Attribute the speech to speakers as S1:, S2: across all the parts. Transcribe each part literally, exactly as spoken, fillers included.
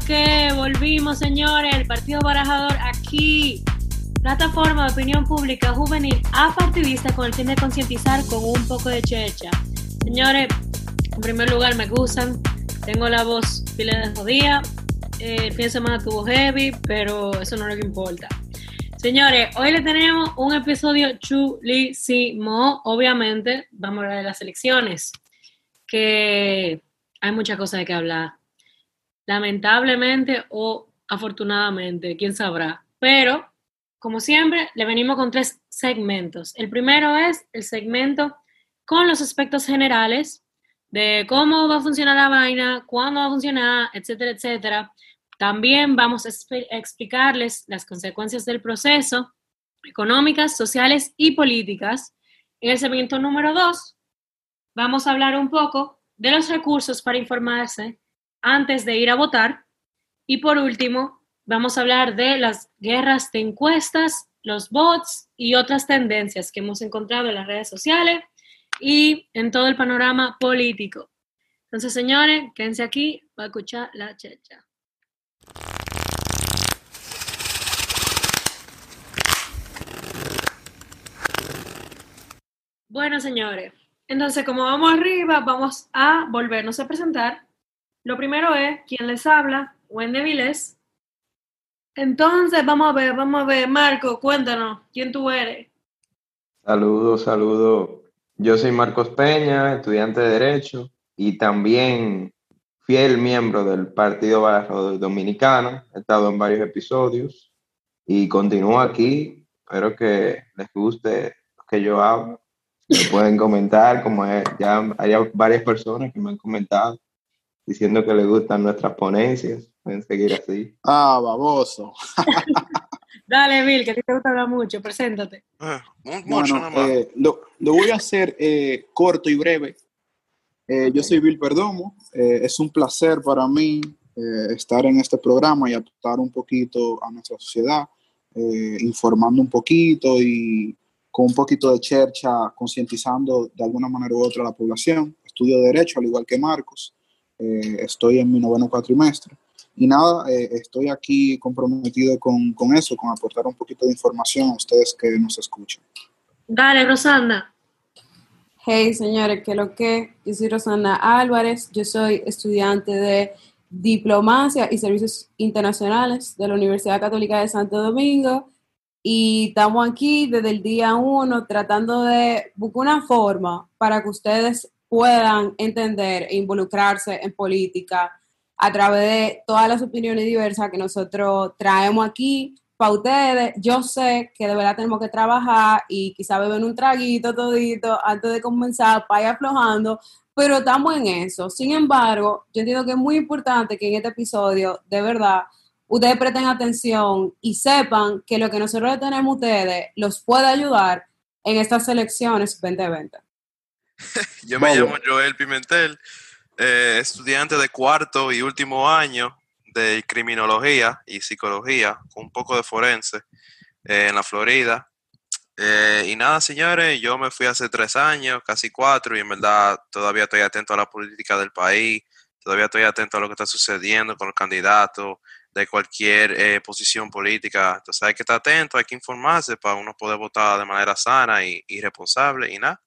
S1: que volvimos, señores, el Partido Barajador aquí, plataforma de opinión pública juvenil apartidista con el fin de concientizar con un poco de checha. Señores, en primer lugar me gustan, tengo la voz pila de jodida, eh, el fin de semana estuvo heavy, pero eso no es lo que importa. Señores, hoy le tenemos un episodio chulísimo. Obviamente vamos a hablar de las elecciones, que hay muchas cosas de que hablar. Lamentablemente o afortunadamente, quién sabrá. Pero, como siempre, le venimos con tres segmentos. El primero es el segmento con los aspectos generales de cómo va a funcionar la vaina, cuándo va a funcionar, etcétera, etcétera. También vamos a explicarles las consecuencias del proceso, económicas, sociales y políticas. En el segmento número dos, vamos a hablar un poco de los recursos para informarse antes de ir a votar. Y por último, vamos a hablar de las guerras de encuestas, los bots y otras tendencias que hemos encontrado en las redes sociales y en todo el panorama político. Entonces, señores, quédense aquí para escuchar la checha. Bueno, señores, entonces como vamos arriba, vamos a volvernos a presentar. Lo primero es, ¿quién les habla? Wendy Vilés. Entonces, vamos a ver, vamos a ver, Marco, cuéntanos, ¿quién tú eres?
S2: Saludos, saludos. Yo soy Marcos Peña, estudiante de Derecho y también fiel miembro del Partido Barajador Dominicano. He estado en varios episodios y continúo aquí. Espero que les guste lo que yo hago. Me pueden comentar, como es, ya hay varias personas que me han comentado diciendo que les gustan nuestras ponencias. Pueden seguir así.
S3: Ah, baboso.
S1: Dale, Bill, que a ti te gusta hablar mucho. Preséntate.
S4: Eh, mucho
S3: bueno,
S4: nada más.
S3: eh, lo, lo voy a hacer eh, corto y breve. Eh, yo soy Bill Perdomo. Eh, es un placer para mí eh, estar en este programa y aportar un poquito a nuestra sociedad, eh, informando un poquito y con un poquito de chercha, concientizando de alguna manera u otra a la población. Estudio Derecho, al igual que Marcos. Eh, estoy en mi noveno cuatrimestre. Y nada, eh, estoy aquí comprometido con, con eso, con aportar un poquito de información a ustedes que nos escuchan.
S1: Dale, Rosana.
S5: Hey, señores, ¿qué lo que? Yo soy Rosana Álvarez, yo soy estudiante de Diplomacia y Servicios Internacionales de la Universidad Católica de Santo Domingo y estamos aquí desde el día uno tratando de buscar una forma para que ustedes puedan entender e involucrarse en política a través de todas las opiniones diversas que nosotros traemos aquí para ustedes. Yo sé que de verdad tenemos que trabajar y quizá beber un traguito todito antes de comenzar para ir aflojando, pero estamos en eso. Sin embargo, yo entiendo que es muy importante que en este episodio, de verdad, ustedes presten atención y sepan que lo que nosotros tenemos a ustedes los puede ayudar en estas elecciones veinte veinte.
S4: Yo me
S3: Vamos.
S4: llamo Joel Pimentel, eh, estudiante de cuarto y último año de criminología y psicología, con un poco de forense eh, en la Florida. Eh, y nada, señores, yo me fui hace tres años, casi cuatro, y en verdad todavía estoy atento a la política del país, todavía estoy atento a lo que está sucediendo con los candidatos de cualquier eh, posición política. Entonces hay que estar atento, hay que informarse para uno poder votar de manera sana y, y responsable y nada.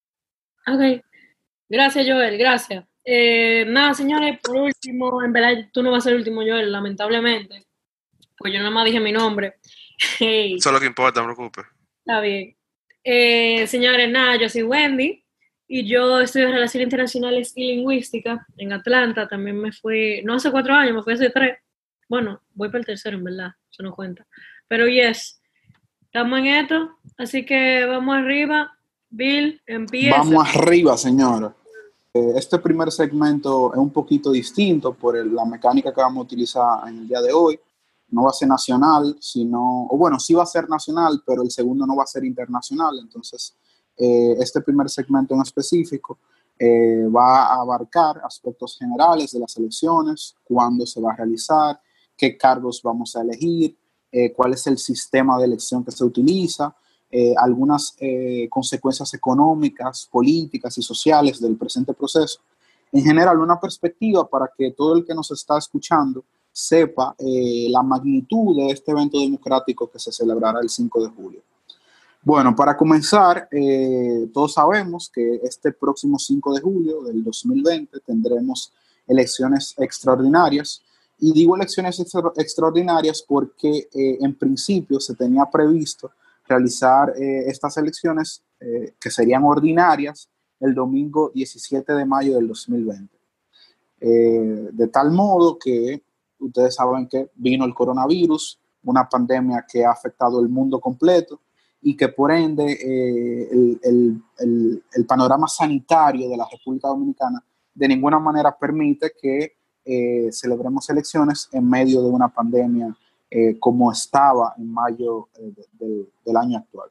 S1: Ok. Gracias, Joel, gracias. Eh, nada, señores, por último, en verdad tú no vas a ser el último, Joel, lamentablemente, pues yo nada más dije mi nombre. Hey,
S4: Eso es lo que importa, no te preocupes.
S1: está bien. Eh, señores, nada, yo soy Wendy y yo estudio Relaciones Internacionales y Lingüística en Atlanta. También me fui, no hace cuatro años, me fui hace tres. Bueno, voy para el tercero, en verdad, eso no cuenta. Pero yes, estamos en esto, así que vamos arriba. Bill, empieza.
S3: Vamos arriba, señora. Eh, este primer segmento es un poquito distinto por el, la mecánica que vamos a utilizar en el día de hoy. No va a ser nacional, sino, o bueno, sí va a ser nacional, pero el segundo no va a ser internacional. Entonces, eh, este primer segmento en específico eh, va a abarcar aspectos generales de las elecciones, cuándo se va a realizar, qué cargos vamos a elegir, eh, cuál es el sistema de elección que se utiliza, eh, algunas eh, consecuencias económicas, políticas y sociales del presente proceso. En general, una perspectiva para que todo el que nos está escuchando sepa eh, la magnitud de este evento democrático que se celebrará el cinco de julio. Bueno, para comenzar, eh, todos sabemos que este próximo cinco de julio del dos mil veinte tendremos elecciones extraordinarias. Y digo elecciones extra extraordinarias porque eh, en principio se tenía previsto realizar eh, estas elecciones eh, que serían ordinarias el domingo diecisiete de mayo del dos mil veinte. Eh, de tal modo que ustedes saben que vino el coronavirus, una pandemia que ha afectado el mundo completo, y que por ende eh, el, el, el, el panorama sanitario de la República Dominicana de ninguna manera permite que eh, celebremos elecciones en medio de una pandemia eh, como estaba en mayo eh, de, de, del año actual.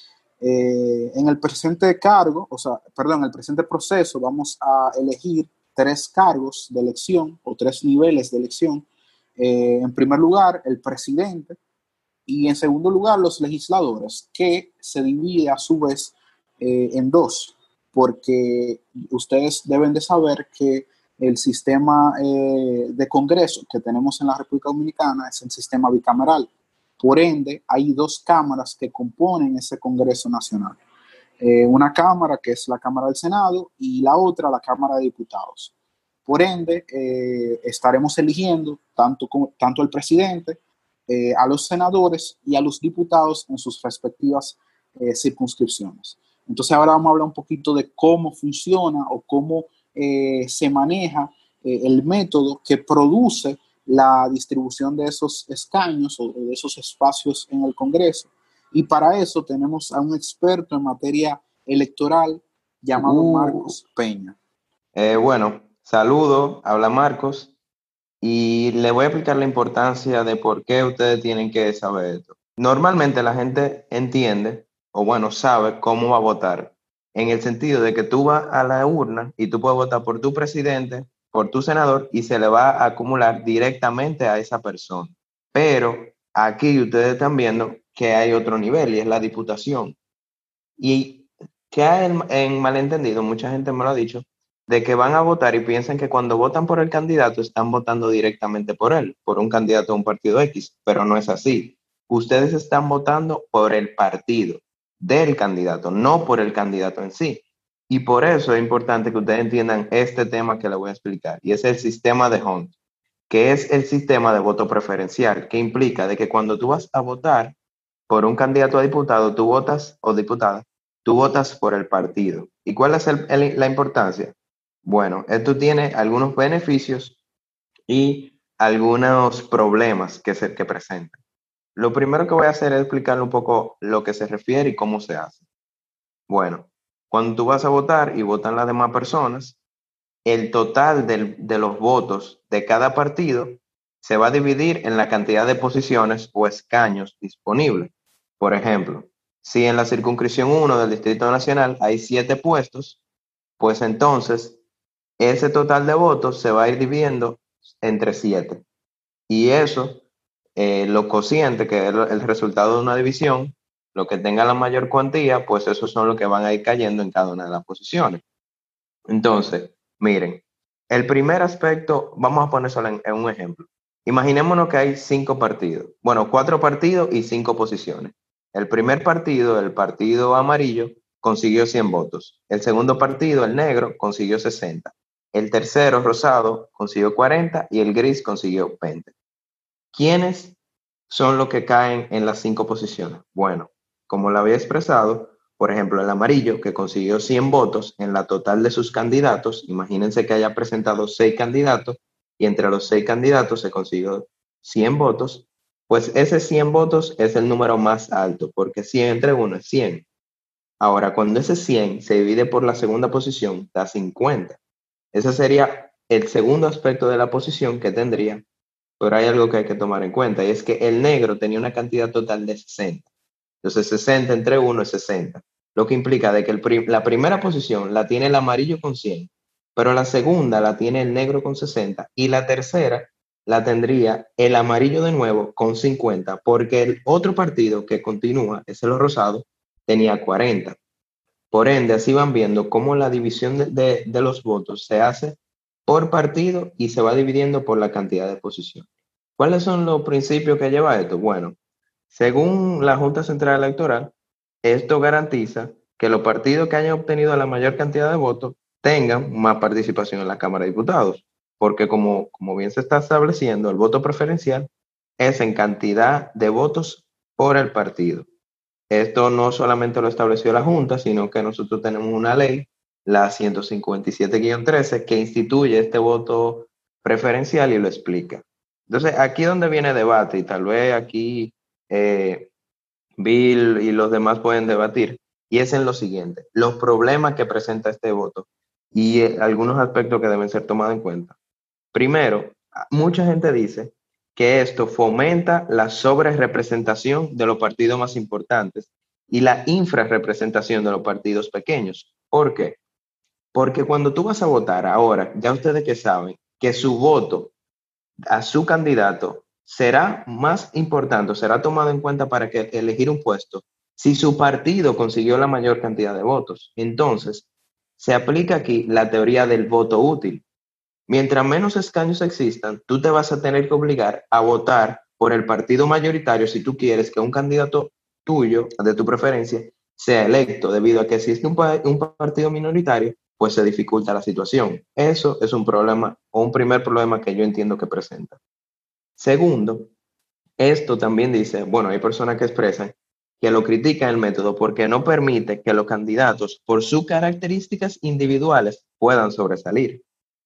S3: Eh, en el presente cargo, o sea, perdón, en el presente proceso vamos a elegir tres cargos de elección o tres niveles de elección. Eh, en primer lugar, el presidente, y en segundo lugar, los legisladores, que se divide a su vez eh, en dos, porque ustedes deben de saber que el sistema eh, de Congreso que tenemos en la República Dominicana es el sistema bicameral. Por ende, hay dos cámaras que componen ese Congreso Nacional. Eh, una cámara que es la Cámara del Senado y la otra la Cámara de Diputados. Por ende, eh, estaremos eligiendo tanto, como, tanto el presidente, Eh, a los senadores y a los diputados en sus respectivas eh, circunscripciones. Entonces ahora vamos a hablar un poquito de cómo funciona o cómo eh, se maneja eh, el método que produce la distribución de esos escaños o de esos espacios en el Congreso. Y para eso tenemos a un experto en materia electoral llamado
S2: Uh,
S3: Marcos Peña.
S2: eh, bueno, saludo, habla Marcos. Y le voy a explicar la importancia de por qué ustedes tienen que saber esto. Normalmente la gente entiende, o bueno, sabe cómo va a votar, en el sentido de que tú vas a la urna y tú puedes votar por tu presidente, por tu senador, y se le va a acumular directamente a esa persona. Pero aquí ustedes están viendo que hay otro nivel, y es la diputación. Y que hay en, en malentendido, mucha gente me lo ha dicho, de que van a votar y piensan que cuando votan por el candidato están votando directamente por él, por un candidato de un partido X, pero no es así. Ustedes están votando por el partido del candidato, no por el candidato en sí. Y por eso es importante que ustedes entiendan este tema que les voy a explicar, y es el sistema de Hunt, que es el sistema de voto preferencial, que implica de que cuando tú vas a votar por un candidato a diputado, tú votas, o diputada, tú votas por el partido. ¿Y cuál es el, el, la importancia? Bueno, esto tiene algunos beneficios y algunos problemas que se que presentan. Lo primero que voy a hacer es explicarle un poco lo que se refiere y cómo se hace. Bueno, cuando tú vas a votar y votan las demás personas, el total del, de los votos de cada partido se va a dividir en la cantidad de posiciones o escaños disponibles. Por ejemplo, si en la circunscripción uno del Distrito Nacional hay siete puestos, pues entonces ese total de votos se va a ir dividiendo entre siete. Y eso, eh, lo cociente, que es el resultado de una división, lo que tenga la mayor cuantía, pues esos son los que van a ir cayendo en cada una de las posiciones. Entonces, miren, el primer aspecto, vamos a poner solo en, en un ejemplo. Imaginémonos que hay cinco partidos, bueno, cuatro partidos y cinco posiciones. El primer partido, el partido amarillo, consiguió cien votos. El segundo partido, el negro, consiguió sesenta. El tercero, rosado, consiguió cuarenta y el gris consiguió veinte. ¿Quiénes son los que caen en las cinco posiciones? Bueno, como lo había expresado, por ejemplo, el amarillo, que consiguió cien votos en la total de sus candidatos, imagínense que haya presentado seis candidatos y entre los seis candidatos se consiguió cien votos, pues ese cien votos es el número más alto, porque cien entre uno es cien. Ahora, cuando ese cien se divide por la segunda posición, da cincuenta. Ese sería el segundo aspecto de la posición que tendría, pero hay algo que hay que tomar en cuenta, y es que el negro tenía una cantidad total de sesenta. Entonces, sesenta entre uno es sesenta, lo que implica de que el prim la primera posición la tiene el amarillo con cien, pero la segunda la tiene el negro con sesenta, y la tercera la tendría el amarillo de nuevo con cincuenta, porque el otro partido que continúa, es el rosado, tenía cuarenta. Por ende, así van viendo cómo la división de, de, de los votos se hace por partido y se va dividiendo por la cantidad de posiciones. ¿Cuáles son los principios que lleva esto? Bueno, según la Junta Central Electoral, esto garantiza que los partidos que hayan obtenido la mayor cantidad de votos tengan más participación en la Cámara de Diputados, porque como, como bien se está estableciendo, el voto preferencial es en cantidad de votos por el partido. Esto no solamente lo estableció la Junta, sino que nosotros tenemos una ley, la ciento cincuenta y siete guion trece, que instituye este voto preferencial y lo explica. Entonces, aquí es donde viene debate, y tal vez aquí eh, Bill y los demás pueden debatir, y es en lo siguiente: los problemas que presenta este voto y eh, algunos aspectos que deben ser tomados en cuenta. Primero, mucha gente dice que esto fomenta la sobrerepresentación de los partidos más importantes y la infrarrepresentación de los partidos pequeños. ¿Por qué? Porque cuando tú vas a votar ahora, ya ustedes que saben que su voto a su candidato será más importante, será tomado en cuenta para que elegir un puesto si su partido consiguió la mayor cantidad de votos. Entonces, se aplica aquí la teoría del voto útil. Mientras menos escaños existan, tú te vas a tener que obligar a votar por el partido mayoritario si tú quieres que un candidato tuyo, de tu preferencia, sea electo, debido a que si es un, un partido minoritario, pues se dificulta la situación. Eso es un problema o un primer problema que yo entiendo que presenta. Segundo, esto también dice, bueno, hay personas que expresan que lo critican el método porque no permite que los candidatos, por sus características individuales, puedan sobresalir.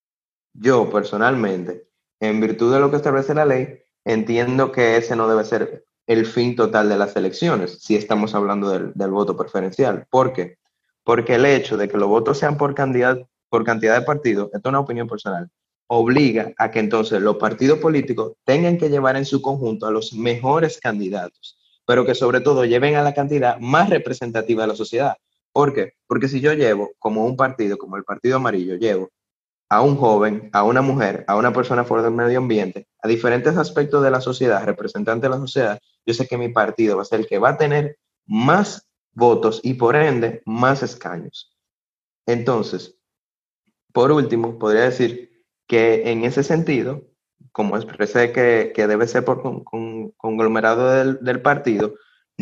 S2: Yo, personalmente, en virtud de lo que establece la ley, entiendo que ese no debe ser el fin total de las elecciones, si estamos hablando del, del voto preferencial. ¿Por qué? Porque el hecho de que los votos sean por cantidad, por cantidad de partidos, esto es una opinión personal, obliga a que entonces los partidos políticos tengan que llevar en su conjunto a los mejores candidatos, pero que sobre todo lleven a la cantidad más representativa de la sociedad. ¿Por qué? Porque si yo llevo como un partido, como el Partido Amarillo, llevo a un joven, a una mujer, a una persona fuera del medio ambiente, a diferentes aspectos de la sociedad, representantes de la sociedad, yo sé que mi partido va a ser el que va a tener más votos y por ende más escaños. Entonces, por último, podría decir que en ese sentido, como expresé que, que debe ser por con, con, conglomerado del, del partido,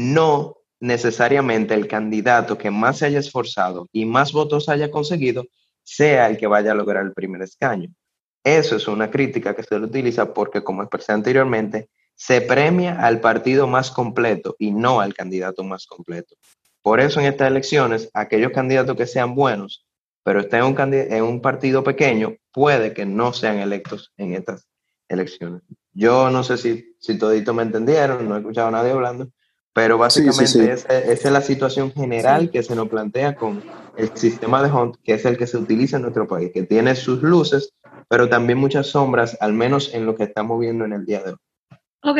S2: no necesariamente el candidato que más se haya esforzado y más votos haya conseguido sea el que vaya a lograr el primer escaño. Eso es una crítica que se le utiliza porque, como expresé anteriormente, se premia al partido más completo y no al candidato más completo. Por eso en estas elecciones, aquellos candidatos que sean buenos, pero estén en un, en un partido pequeño, puede que no sean electos en estas elecciones. Yo no sé si, si todito me entendieron, no he escuchado a nadie hablando, pero básicamente sí, sí, sí. Esa, esa es la situación general sí. que se nos plantea con el sistema de Hunt, que es el que se utiliza en nuestro país, que tiene sus luces, pero también muchas sombras, al menos en lo que estamos viendo en el día de hoy.
S1: Ok,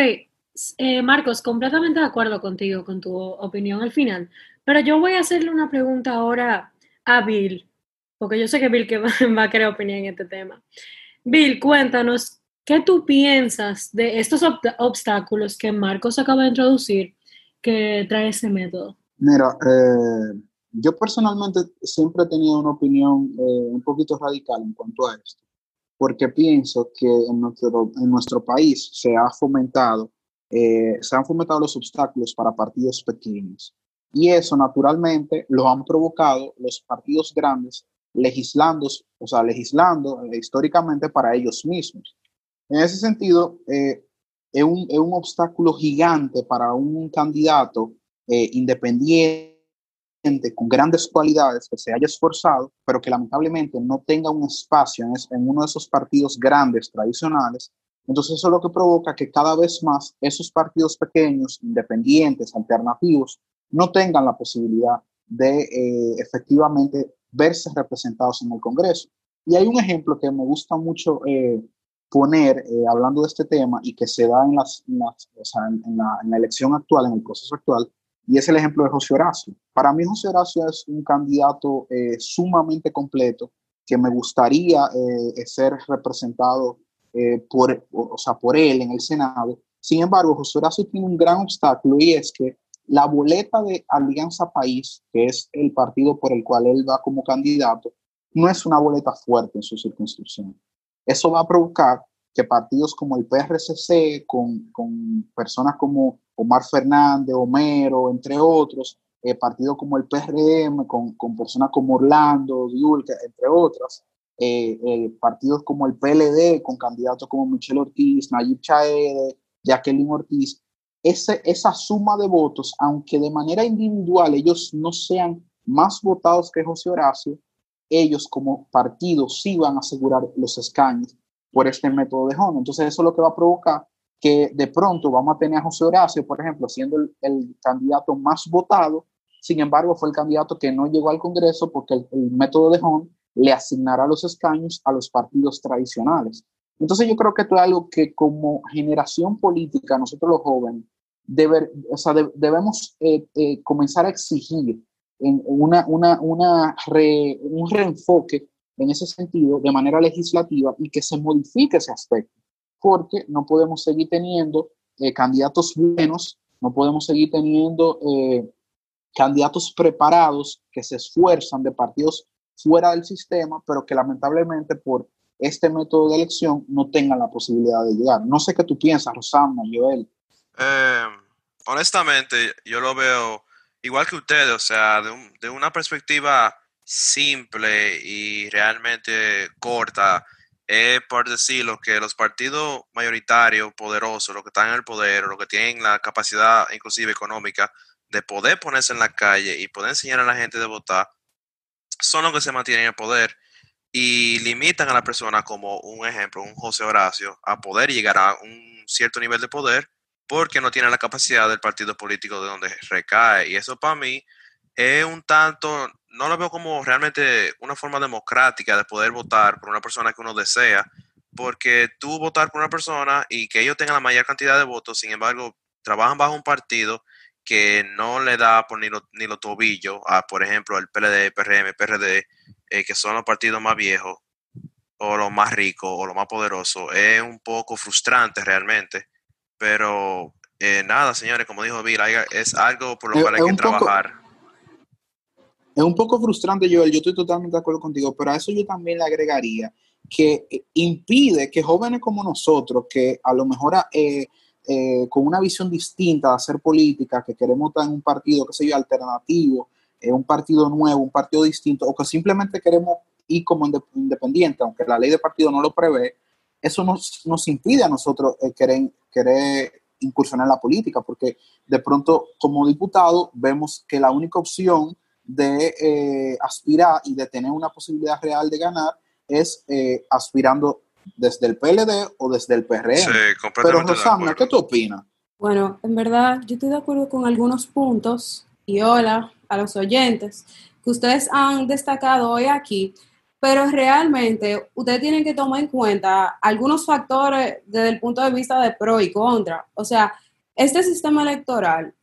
S1: eh, Marcos, completamente de acuerdo contigo, con tu opinión al final, pero yo voy a hacerle una pregunta ahora a Bill, porque yo sé que Bill que va, va a querer opinión en este tema. Bill, cuéntanos, ¿qué tú piensas de estos ob obstáculos que Marcos acaba de introducir que trae ese método?
S3: Mira, eh, yo personalmente siempre he tenido una opinión eh, un poquito radical en cuanto a esto, porque pienso que en nuestro, en nuestro país se ha fomentado, eh, se han fomentado los obstáculos para partidos pequeños, y eso naturalmente lo han provocado los partidos grandes legislando, o sea, legislando eh, históricamente para ellos mismos. En ese sentido, eh, es, un, es un obstáculo gigante para un candidato eh, independiente, con grandes cualidades, que se haya esforzado, pero que lamentablemente no tenga un espacio en, es, en uno de esos partidos grandes tradicionales. Entonces eso es lo que provoca que cada vez más esos partidos pequeños, independientes, alternativos, no tengan la posibilidad de eh, efectivamente verse representados en el Congreso. Y hay un ejemplo que me gusta mucho eh, poner, eh, hablando de este tema, y que se da en, las, en, las, o sea, en, en, la, en la elección actual, en el proceso actual, y es el ejemplo de José Horacio. Para mí José Horacio es un candidato eh, sumamente completo, que me gustaría eh, ser representado eh, por, o sea, por él en el Senado. Sin embargo, José Horacio tiene un gran obstáculo, y es que la boleta de Alianza País, que es el partido por el cual él va como candidato, no es una boleta fuerte en su circunscripción. Eso va a provocar que partidos como el P R C C, con, con personas como Omar Fernández, Homero, entre otros, eh, partidos como el P R M, con, con personas como Orlando, Diulca, entre otras, eh, eh, partidos como el P L D, con candidatos como Michelle Ortiz, Nayib Chaede, Jacqueline Ortiz, ese, esa suma de votos, aunque de manera individual ellos no sean más votados que José Horacio, ellos como partido sí van a asegurar los escaños por este método de Hondo. Entonces eso es lo que va a provocar que de pronto vamos a tener a José Horacio, por ejemplo, siendo el, el candidato más votado. Sin embargo, fue el candidato que no llegó al Congreso porque el, el método de Hondo le asignará los escaños a los partidos tradicionales. Entonces yo creo que esto es algo que como generación política, nosotros los jóvenes, debe, o sea, de, debemos eh, eh, comenzar a exigir en una, una, una re, un reenfoque en ese sentido de manera legislativa y que se modifique ese aspecto, porque no podemos seguir teniendo eh, candidatos buenos, no podemos seguir teniendo eh, candidatos preparados que se esfuerzan de partidos fuera del sistema, pero que lamentablemente por este método de elección no tengan la posibilidad de llegar. No sé qué tú piensas, Rosana, Joel.
S4: Eh, honestamente, yo lo veo igual que ustedes, o sea, de, un, de una perspectiva simple y realmente corta, es por decirlo que los partidos mayoritarios, poderosos, los que están en el poder, o los que tienen la capacidad inclusive económica de poder ponerse en la calle y poder enseñar a la gente de votar, son los que se mantienen en el poder y limitan a la persona, como un ejemplo, un José Horacio, a poder llegar a un cierto nivel de poder porque no tiene la capacidad del partido político de donde recae. Y eso para mí es un tanto, no lo veo como realmente una forma democrática de poder votar por una persona que uno desea, porque tú votar por una persona y que ellos tengan la mayor cantidad de votos, sin embargo, trabajan bajo un partido que no le da por ni los ni lo tobillos a, por ejemplo, el P L D, P R M, P R D, eh, que son los partidos más viejos o los más ricos o los más poderosos. Es un poco frustrante realmente, pero eh, nada, señores, como dijo Bill, hay, es algo por lo
S3: Es,
S4: cual hay
S3: es
S4: que
S3: un poco,
S4: trabajar.
S3: es un poco frustrante, Joel, yo estoy totalmente de acuerdo contigo, pero a eso yo también le agregaría que eh, impide que jóvenes como nosotros, que a lo mejor eh, eh, con una visión distinta de hacer política, que queremos estar en un partido, qué sé yo, alternativo, eh, un partido nuevo, un partido distinto, o que simplemente queremos ir como independiente, aunque la ley de partido no lo prevé, eso nos, nos impide a nosotros eh, querer, querer incursionar en la política, porque de pronto como diputado vemos que la única opción de eh, aspirar y de tener una posibilidad real de ganar es eh, aspirando desde el P L D o desde el P R M.
S4: Sí,
S3: Pero
S4: completamente de
S3: Rosana,
S4: acuerdo.
S3: ¿qué tú opinas?
S5: Bueno, en verdad yo estoy de acuerdo con algunos puntos y hola a los oyentes que ustedes han destacado hoy aquí, pero realmente ustedes tienen que tomar en cuenta algunos factores desde el punto de vista de pro y contra. O sea, este sistema electoral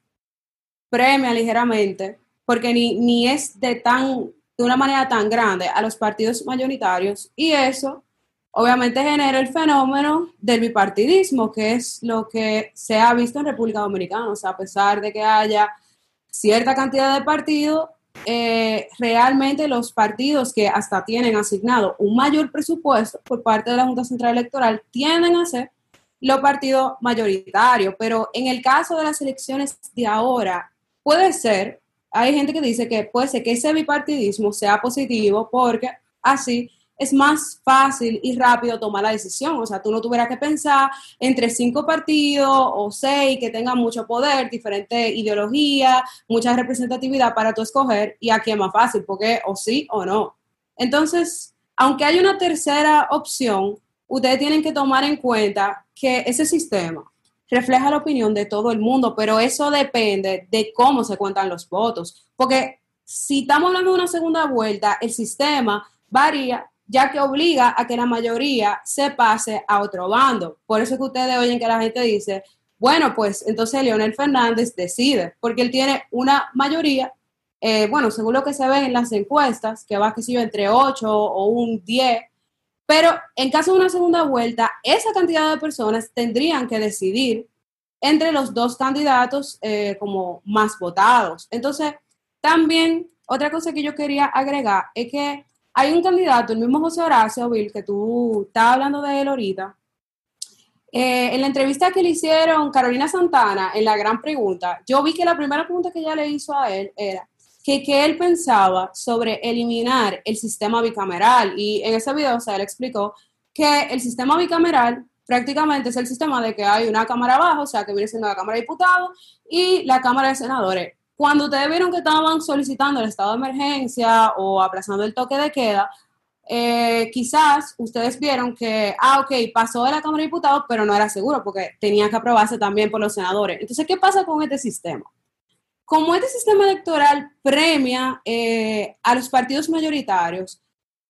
S5: premia ligeramente porque ni, ni es de tan de una manera tan grande a los partidos mayoritarios y eso obviamente genera el fenómeno del bipartidismo, que es lo que se ha visto en República Dominicana. O sea, a pesar de que haya cierta cantidad de partidos, eh, realmente los partidos que hasta tienen asignado un mayor presupuesto por parte de la Junta Central Electoral tienden a ser los partidos mayoritarios. Pero en el caso de las elecciones de ahora, puede ser, hay gente que dice que puede ser que ese bipartidismo sea positivo porque así es más fácil y rápido tomar la decisión. O sea, tú no tuvieras que pensar entre cinco partidos o seis que tengan mucho poder, diferente ideología, mucha representatividad para tú escoger y aquí es más fácil porque o sí o no. Entonces, aunque hay una tercera opción, ustedes tienen que tomar en cuenta que ese sistema refleja la opinión de todo el mundo, pero eso depende de cómo se cuentan los votos. Porque si estamos hablando de una segunda vuelta, el sistema varía ya que obliga a que la mayoría se pase a otro bando. Por eso es que ustedes oyen que la gente dice, bueno, pues entonces Leonel Fernández decide, porque él tiene una mayoría, eh, bueno, según lo que se ve en las encuestas, que va, qué sé yo, entre ocho o un diez, pero en caso de una segunda vuelta, esa cantidad de personas tendrían que decidir entre los dos candidatos eh, como más votados. Entonces, también otra cosa que yo quería agregar es que hay un candidato, el mismo José Horacio Bill, que tú estabas hablando de él ahorita, Eh, en la entrevista que le hicieron Carolina Santana, en la gran pregunta, yo vi que la primera pregunta que ella le hizo a él era que qué él pensaba sobre eliminar el sistema bicameral. Y en ese video, o sea, él explicó que el sistema bicameral prácticamente es el sistema de que hay una cámara abajo, o sea, que viene siendo la Cámara de Diputados y la Cámara de Senadores. Cuando ustedes vieron que estaban solicitando el estado de emergencia o aplazando el toque de queda, eh, quizás ustedes vieron que, ah, ok, pasó de la Cámara de Diputados, pero no era seguro porque tenía que aprobarse también por los senadores. Entonces, ¿qué pasa con este sistema? Como este sistema electoral premia eh, a los partidos mayoritarios,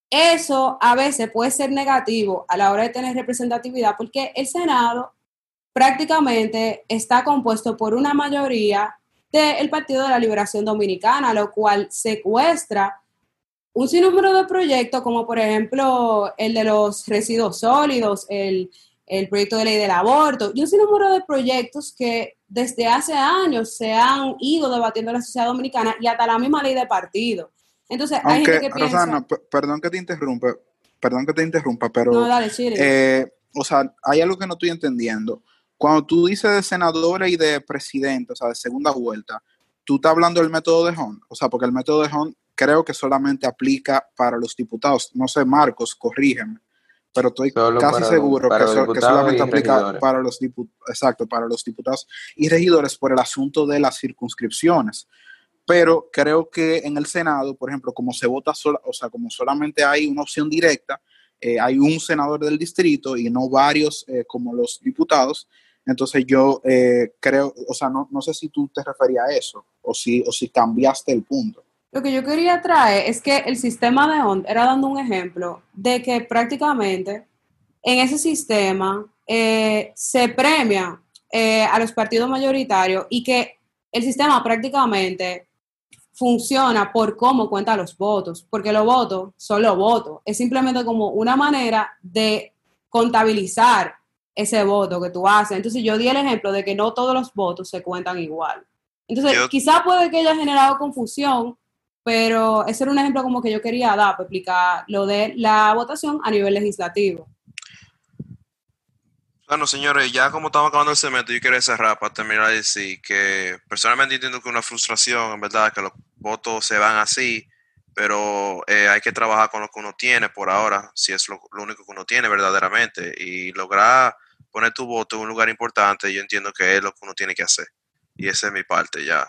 S5: eso a veces puede ser negativo a la hora de tener representatividad porque el Senado prácticamente está compuesto por una mayoría del Partido de la Liberación Dominicana, lo cual secuestra un sinnúmero de proyectos, como por ejemplo el de los residuos sólidos, el, el proyecto de ley del aborto, y un sinnúmero de proyectos que desde hace años se han ido debatiendo en la sociedad dominicana y hasta la misma ley de partido. Entonces, hay
S3: Aunque,
S5: gente que piensa...
S3: Rosana, p- perdón que te interrumpa, perdón que te interrumpa, pero,
S5: No, dale, Chile.
S3: eh, o sea, hay algo que no estoy entendiendo. Cuando tú dices de senadores y de presidente, o sea, de segunda vuelta, tú estás hablando del método de Hunt, o sea, porque el método de Hunt creo que solamente aplica para los diputados. No sé, Marcos, corrígeme, pero estoy
S2: Solo
S3: casi
S2: para,
S3: seguro
S2: para
S3: que,
S2: los
S3: so- que
S2: diputados
S3: solamente
S2: y
S3: aplica
S2: regidores.
S3: para los diputados, exacto, para los diputados y regidores por el asunto de las circunscripciones. Pero creo que en el Senado, por ejemplo, como se vota sola, o sea, como solamente hay una opción directa, eh, hay un senador del distrito y no varios eh, como los diputados. Entonces yo eh, creo, o sea, no, no sé si tú te referías a eso o si, o si cambiaste el punto.
S5: Lo que yo quería traer es que el sistema de Hunt era dando un ejemplo de que prácticamente en ese sistema eh, se premia eh, a los partidos mayoritarios y que el sistema prácticamente funciona por cómo cuenta los votos, porque los votos son los votos. Es simplemente como una manera de contabilizar ese voto que tú haces. Entonces yo di el ejemplo de que no todos los votos se cuentan igual. Entonces
S4: Yo,
S5: quizá puede que haya generado confusión, pero ese era un ejemplo como que yo quería dar para explicar lo de la votación a nivel legislativo.
S4: bueno, señores, ya como estamos acabando el segmento, yo quería cerrar para terminar y decir que personalmente entiendo que es una frustración, en verdad, que los votos se van así, pero eh, hay que trabajar con lo que uno tiene por ahora, si es lo, lo único que uno tiene verdaderamente, y lograr poner tu voto en un lugar importante, yo entiendo que es lo que uno tiene que hacer. Y esa es mi parte ya.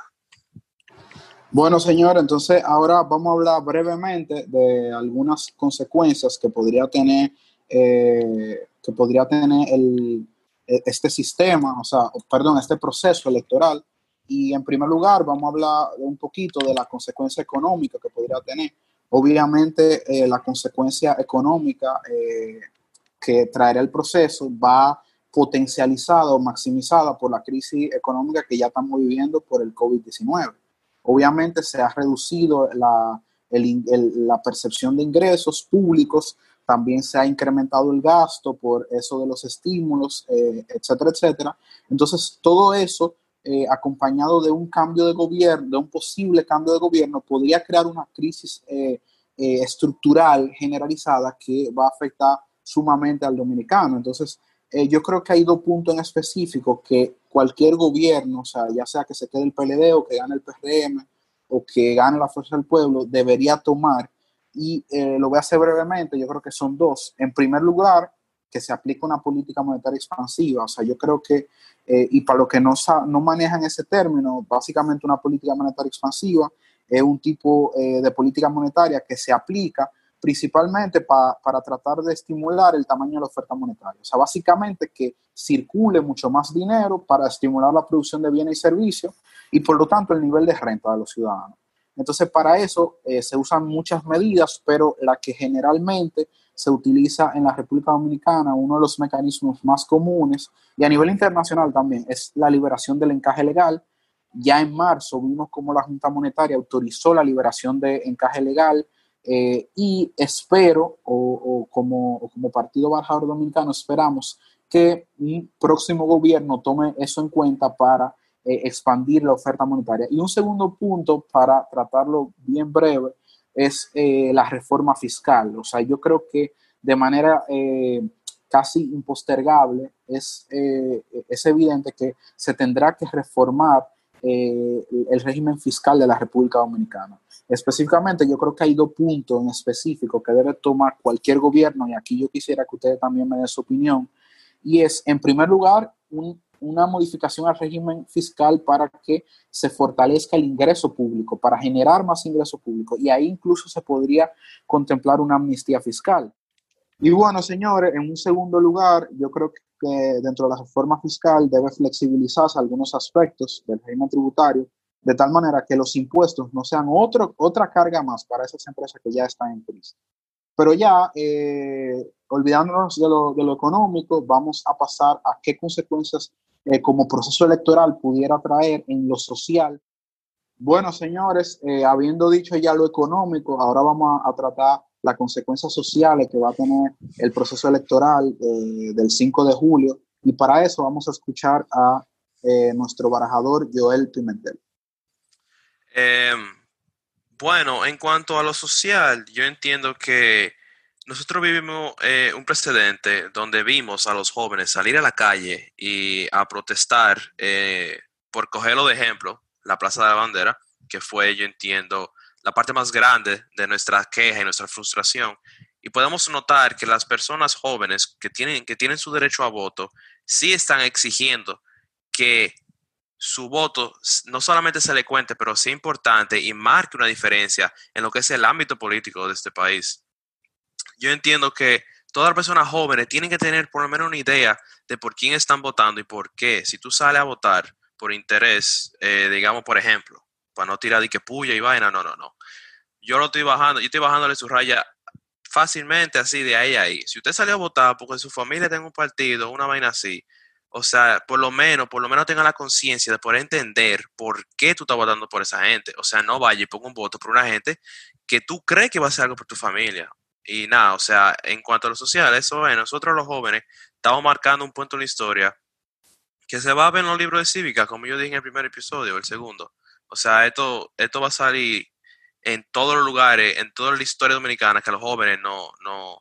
S3: Bueno, señor, entonces ahora vamos a hablar brevemente de algunas consecuencias que podría tener, eh, que podría tener el, este sistema, o sea, perdón, este proceso electoral. Y en primer lugar, vamos a hablar un poquito de la consecuencia económica que podría tener. Obviamente, eh, la consecuencia económica eh, que traerá el proceso va potencializada o maximizada por la crisis económica que ya estamos viviendo por el COVID diecinueve. Obviamente se ha reducido la, el, el, la percepción de ingresos públicos, también se ha incrementado el gasto por eso de los estímulos, eh, etcétera, etcétera. Entonces, todo eso, eh, acompañado de un cambio de gobierno, de un posible cambio de gobierno, podría crear una crisis eh, eh, estructural generalizada que va a afectar sumamente al dominicano. Entonces, Eh, yo creo que hay dos puntos en específico que cualquier gobierno, o sea, ya sea que se quede el P L D o que gane el P R M o que gane la Fuerza del Pueblo, debería tomar, y eh, lo voy a hacer brevemente. Yo creo que son dos. En primer lugar, que se aplique una política monetaria expansiva. O sea, yo creo que, eh, y para los que no, no manejan ese término, básicamente una política monetaria expansiva es un tipo eh, de política monetaria que se aplica principalmente pa, para tratar de estimular el tamaño de la oferta monetaria. O sea, básicamente que circule mucho más dinero para estimular la producción de bienes y servicios y por lo tanto el nivel de renta de los ciudadanos. Entonces, para eso eh, se usan muchas medidas, pero la que generalmente se utiliza en la República Dominicana, uno de los mecanismos más comunes y a nivel internacional también, es la liberación del encaje legal. Ya en marzo vimos cómo la Junta Monetaria autorizó la liberación de encaje legal. Eh, y espero, o, o, como, o como Partido Bajador Dominicano, esperamos que un próximo gobierno tome eso en cuenta para eh, expandir la oferta monetaria. Y un segundo punto, para tratarlo bien breve, es eh, la reforma fiscal. O sea, yo creo que de manera eh, casi impostergable, es, eh, es evidente que se tendrá que reformar eh, el régimen fiscal de la República Dominicana. Específicamente, yo creo que hay dos puntos en específico que debe tomar cualquier gobierno, y aquí yo quisiera que ustedes también me den su opinión, y es, en primer lugar, un, una modificación al régimen fiscal para que se fortalezca el ingreso público, para generar más ingreso público, y ahí incluso se podría contemplar una amnistía fiscal. Y bueno, señores, en un segundo lugar, yo creo que dentro de la reforma fiscal debe flexibilizarse algunos aspectos del régimen tributario, de tal manera que los impuestos no sean otro, otra carga más para esas empresas que ya están en crisis. Pero ya, eh, olvidándonos de lo, de lo económico, vamos a pasar a qué consecuencias eh, como proceso electoral pudiera traer en lo social. Bueno, señores, eh, habiendo dicho ya lo económico, ahora vamos a, a tratar las consecuencias sociales que va a tener el proceso electoral eh, del cinco de julio, y para eso vamos a escuchar a eh, nuestro barajador Joel Pimentel.
S4: Eh, bueno, en cuanto a lo social, yo entiendo que nosotros vivimos eh, un precedente donde vimos a los jóvenes salir a la calle y a protestar, eh, por cogerlo de ejemplo, la Plaza de la Bandera, que fue, yo entiendo, la parte más grande de nuestra queja y nuestra frustración. Y podemos notar que las personas jóvenes que tienen, que tienen su derecho a voto sí están exigiendo que su voto no solamente se le cuente, pero sea importante y marque una diferencia en lo que es el ámbito político de este país. Yo entiendo que todas las personas jóvenes tienen que tener por lo menos una idea de por quién están votando y por qué. Si tú sales a votar por interés, eh, digamos, por ejemplo, para no tirar de que puya y vaina, no, no, no. Yo lo estoy bajando, yo estoy bajándole su raya fácilmente así de ahí a ahí. Si usted salió a votar porque su familia tiene un partido, una vaina así, o sea, por lo menos, por lo menos tenga la conciencia de poder entender por qué tú estás votando por esa gente. O sea, no vaya y ponga un voto por una gente que tú crees que va a hacer algo por tu familia. Y nada, o sea, en cuanto a lo social, eso es, nosotros los jóvenes estamos marcando un punto en la historia que se va a ver en los libros de cívica, como yo dije en el primer episodio, el segundo. O sea, esto, esto va a salir en todos los lugares, en toda la historia dominicana, que los jóvenes no, no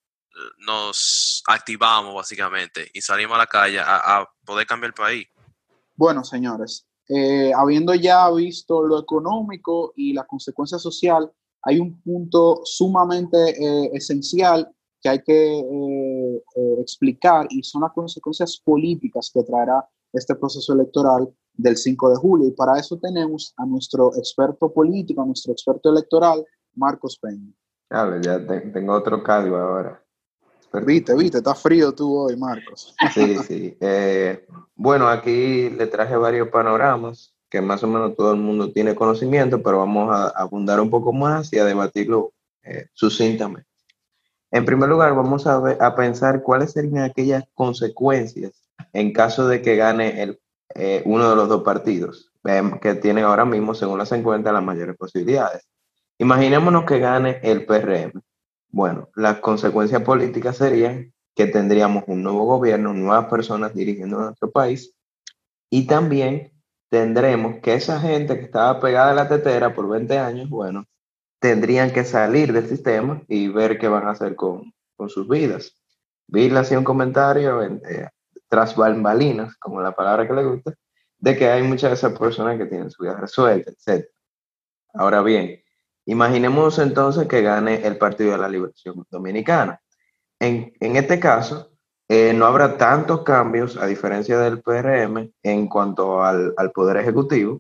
S4: nos activamos básicamente y salimos a la calle a, a poder cambiar el país.
S3: Bueno, señores, eh, habiendo ya visto lo económico y la consecuencia social, hay un punto sumamente eh, esencial que hay que eh, eh, explicar, y son las consecuencias políticas que traerá este proceso electoral del cinco de julio. Y para eso tenemos a nuestro experto político, a nuestro experto electoral, Marcos Peña.
S2: Claro, ya te, tengo otro cargo ahora.
S3: Experto. Viste, viste, está frío tú hoy, Marcos.
S2: Sí, sí. Eh, bueno, aquí le traje varios panoramas que más o menos todo el mundo tiene conocimiento, pero vamos a abundar un poco más y a debatirlo eh, sucintamente. En primer lugar, vamos a, ver, a pensar cuáles serían aquellas consecuencias en caso de que gane el, eh, uno de los dos partidos eh, que tienen ahora mismo, según las encuestas, las mayores posibilidades. Imaginémonos que gane el P R M. Bueno, las consecuencias políticas serían que tendríamos un nuevo gobierno, nuevas personas dirigiendo nuestro país, y también tendremos que esa gente que estaba pegada a la tetera por veinte años, bueno, tendrían que salir del sistema y ver qué van a hacer con, con sus vidas. Bill hacía un comentario en, eh, tras bambalinas, como la palabra que le gusta, de que hay muchas de esas personas que tienen su vida resuelta, etcétera. Ahora bien, imaginemos entonces que gane el Partido de la Liberación Dominicana. En, en este caso, eh, no habrá tantos cambios, a diferencia del P R M, en cuanto al, al Poder Ejecutivo,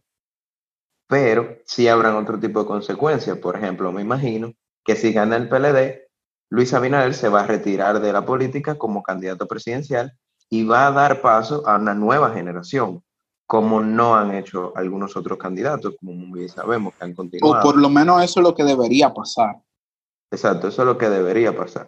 S2: pero sí habrán otro tipo de consecuencias. Por ejemplo, me imagino que si gana el P L D, Luis Abinader se va a retirar de la política como candidato presidencial y va a dar paso a una nueva generación, como no han hecho algunos otros candidatos, como muy bien sabemos, que han continuado.
S3: O por lo menos eso es lo que debería pasar.
S2: Exacto, eso es lo que debería pasar.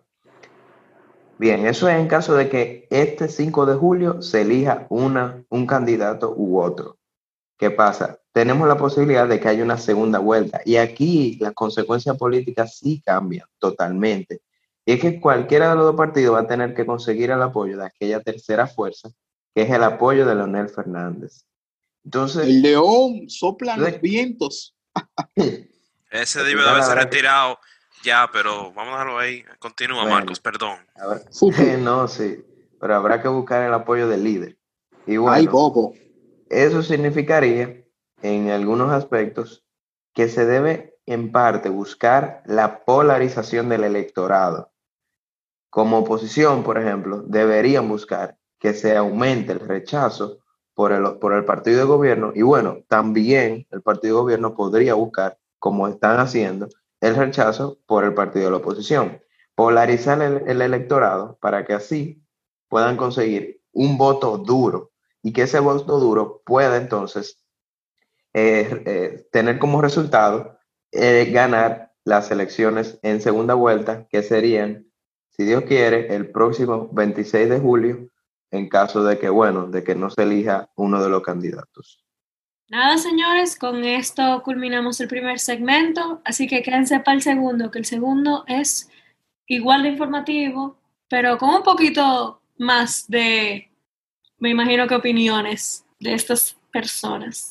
S2: Bien, eso es en caso de que este cinco de julio se elija una, un candidato u otro. ¿Qué pasa? Tenemos la posibilidad de que haya una segunda vuelta, y aquí las consecuencias políticas sí cambian totalmente. Y es que cualquiera de los dos partidos va a tener que conseguir el apoyo de aquella tercera fuerza, que es el apoyo de Leonel Fernández. Entonces,
S3: el león sopla los vientos.
S4: Ese debió de haberse retirado Ya, pero vamos a dejarlo ahí. Continúa,
S2: Bueno,
S4: Marcos, perdón.
S2: a ver.
S3: Fútbol.
S2: No, sí, pero habrá que buscar el apoyo del líder. Y
S3: Ay,
S2: bueno,
S3: Bobo.
S2: eso significaría, en algunos aspectos, que se debe en parte buscar la polarización del electorado. Como oposición, por ejemplo, deberían buscar que se aumente el rechazo por el, por el partido de gobierno y bueno, también el partido de gobierno podría buscar, como están haciendo, el rechazo por el partido de la oposición. Polarizar el, el electorado para que así puedan conseguir un voto duro y que ese voto duro pueda entonces eh, eh, tener como resultado eh, ganar las elecciones en segunda vuelta, que serían, si Dios quiere, el próximo veintiséis de julio, en caso de que, bueno, de que no se elija uno de los candidatos.
S1: Nada, señores, con esto culminamos el primer segmento, así que quédense para el segundo, que el segundo es igual de informativo, pero con un poquito más de, me imagino que opiniones de estas personas.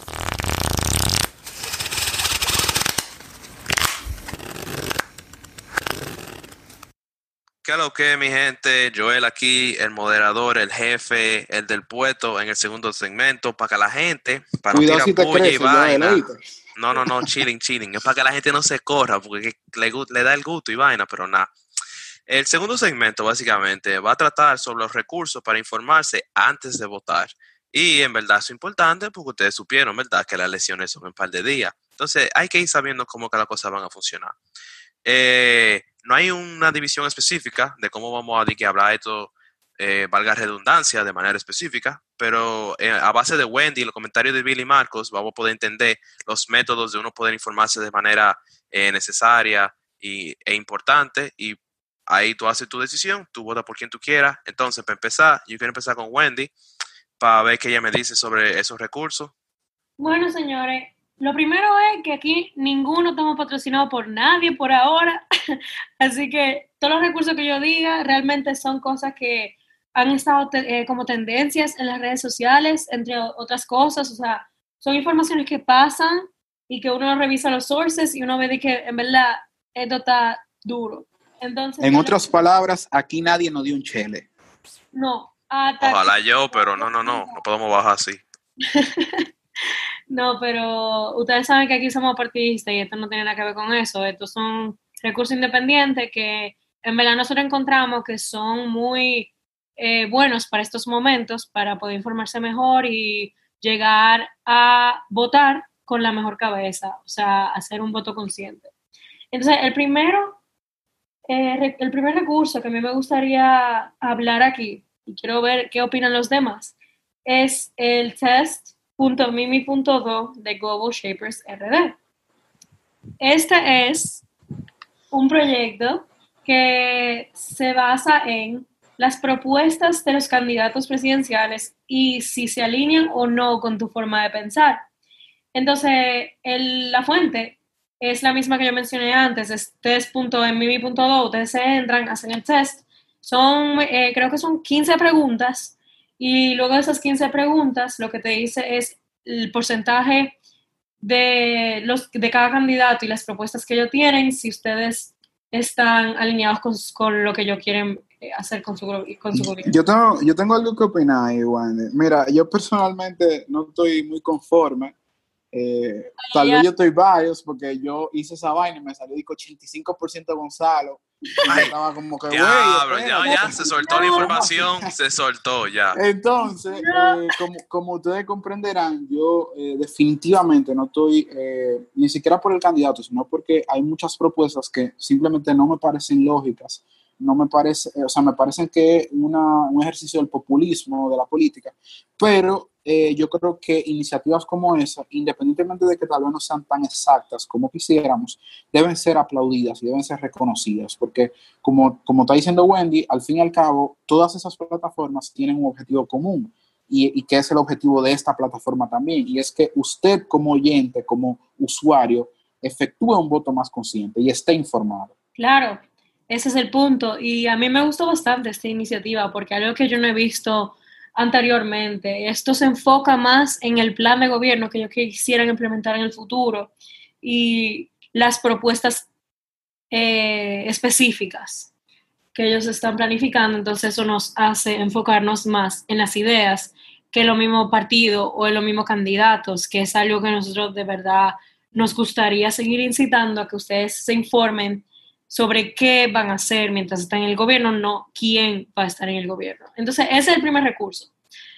S4: ¿Qué es lo que, mi gente? Joel aquí, el moderador, el jefe, el del puesto en el segundo segmento, para que la gente, para no
S3: Cuidado
S4: tirar
S3: si te
S4: puya y
S3: crece, Joel,
S4: vaina.
S3: ¿oíste?
S4: No, no, no, chilling, chilling. Es para que la gente no se corra, porque le, gu- le da el gusto y vaina, pero nada. El segundo segmento, básicamente, va a tratar sobre los recursos para informarse antes de votar. Y en verdad es importante porque ustedes supieron, ¿verdad?, que las elecciones son en un par de días. Entonces hay que ir sabiendo cómo que las cosas van a funcionar. Eh, no hay una división específica de cómo vamos a, de que hablar esto, eh, valga redundancia, de manera específica, pero eh, a base de Wendy y los comentarios de Billy y Marcos, vamos a poder entender los métodos de uno poder informarse de manera eh, necesaria y, e importante, y ahí tú haces tu decisión, tú votas por quien tú quieras. Entonces, para empezar, yo quiero empezar con Wendy para ver qué ella me dice sobre esos recursos.
S1: Bueno, señores, lo primero es que aquí ninguno estamos patrocinado por nadie por ahora, así que todos los recursos que yo diga realmente son cosas que han estado te- eh, como tendencias en las redes sociales, entre o- otras cosas, o sea, son informaciones que pasan y que uno revisa los sources y uno ve de que en verdad esto está duro. Entonces,
S3: En
S1: yo
S3: otras palabras, aquí nadie nos dio un chele.
S1: no, hasta que...
S4: Ojalá yo, pero no, no, no, no podemos bajar así.
S1: No, pero ustedes saben que aquí somos partidistas y esto no tiene nada que ver con eso. Estos son recursos independientes que en verdad nosotros encontramos que son muy eh, buenos para estos momentos, para poder informarse mejor y llegar a votar con la mejor cabeza, o sea, hacer un voto consciente. Entonces, el primero, eh, el primer recurso que a mí me gustaría hablar aquí, y quiero ver qué opinan los demás, es el test punto mimi punto do de Global Shapers R D. Este es un proyecto que se basa en las propuestas de los candidatos presidenciales y si se alinean o no con tu forma de pensar. Entonces, el, la fuente es la misma que yo mencioné antes, es test punto mimi punto do. Ustedes se entran, hacen el test. Son, eh, creo que son quince preguntas y luego de esas quince preguntas lo que te dice es el porcentaje de, los, de cada candidato y las propuestas que ellos tienen, si ustedes están alineados con, con lo que ellos quieren eh, hacer con su, con su gobierno.
S3: Yo tengo, yo tengo algo que opinar, Wendy. Mira, yo personalmente no estoy muy conforme. Eh, tal vez yo estoy biased porque yo hice esa vaina y me salió dico, ochenta y cinco por ciento Gonzalo. Y yo estaba como que, güey,
S4: Diablo, ya,
S3: espérate.
S4: ya, se soltó la información, se soltó ya.
S3: Entonces, eh, como, como ustedes comprenderán, yo eh, definitivamente no estoy, eh, ni siquiera por el candidato, sino porque hay muchas propuestas que simplemente no me parecen lógicas, no me parece, eh, o sea, me parecen que es una, un ejercicio del populismo, de la política, pero eh, yo creo que iniciativas como esa, independientemente de que tal vez no sean tan exactas como quisiéramos, deben ser aplaudidas y deben ser reconocidas, porque como, como está diciendo Wendy, al fin y al cabo, todas esas plataformas tienen un objetivo común y, y que es el objetivo de esta plataforma también, y es que usted como oyente, como usuario, efectúe un voto más consciente y esté informado.
S1: Claro, ese es el punto. Y a mí me gustó bastante esta iniciativa porque algo que yo no he visto anteriormente, esto se enfoca más en el plan de gobierno que ellos quisieran implementar en el futuro y las propuestas eh, específicas que ellos están planificando, entonces eso nos hace enfocarnos más en las ideas que en los mismos partidos o en los mismos candidatos, que es algo que nosotros de verdad nos gustaría seguir incitando a que ustedes se informen sobre qué van a hacer mientras están en el gobierno, no quién va a estar en el gobierno. Entonces, ese es el primer recurso.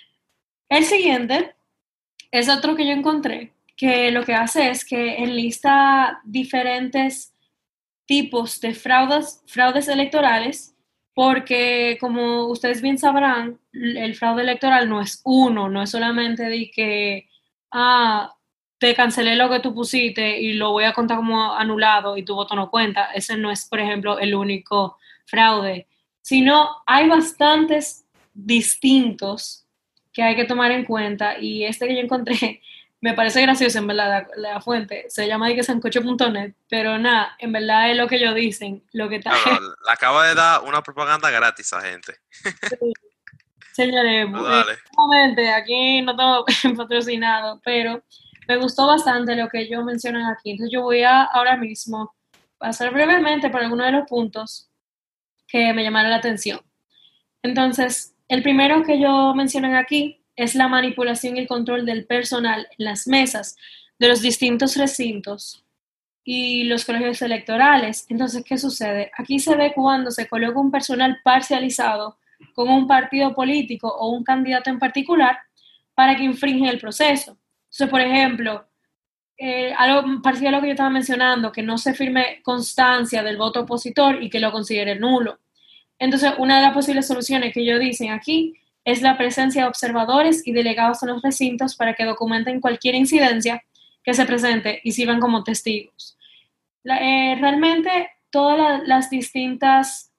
S1: El siguiente es otro que yo encontré, que lo que hace es que enlista diferentes tipos de fraudes, fraudes electorales, porque como ustedes bien sabrán, el fraude electoral no es uno, no es solamente de que, ah, te cancelé lo que tú pusiste y lo voy a contar como anulado y tu voto no cuenta. Ese no es, por ejemplo, el único fraude, sino hay bastantes distintos que hay que tomar en cuenta, y este que yo encontré me parece gracioso, en verdad, la, la fuente se llama de que sancocho punto net, pero nada, en verdad es lo que ellos dicen, lo que está...
S4: No, no, le acaba de dar una propaganda gratis a gente.
S1: Sí. Señores, eh, aquí no tengo patrocinado, pero me gustó bastante lo que ellos mencionan aquí. Entonces yo voy a ahora mismo pasar brevemente por algunos de los puntos que me llamaron la atención. Entonces, el primero que ellos mencionan aquí es la manipulación y el control del personal en las mesas de los distintos recintos y los colegios electorales. Entonces, ¿qué sucede? Aquí se ve cuando se coloca un personal parcializado con un partido político o un candidato en particular para que infringe el proceso. Entonces, por ejemplo, eh, algo parecido a lo que yo estaba mencionando, que no se firme constancia del voto opositor y que lo considere nulo. Entonces, una de las posibles soluciones que ellos dicen aquí es la presencia de observadores y delegados en los recintos para que documenten cualquier incidencia que se presente y sirvan como testigos. La, eh, realmente, todas la, las distintas,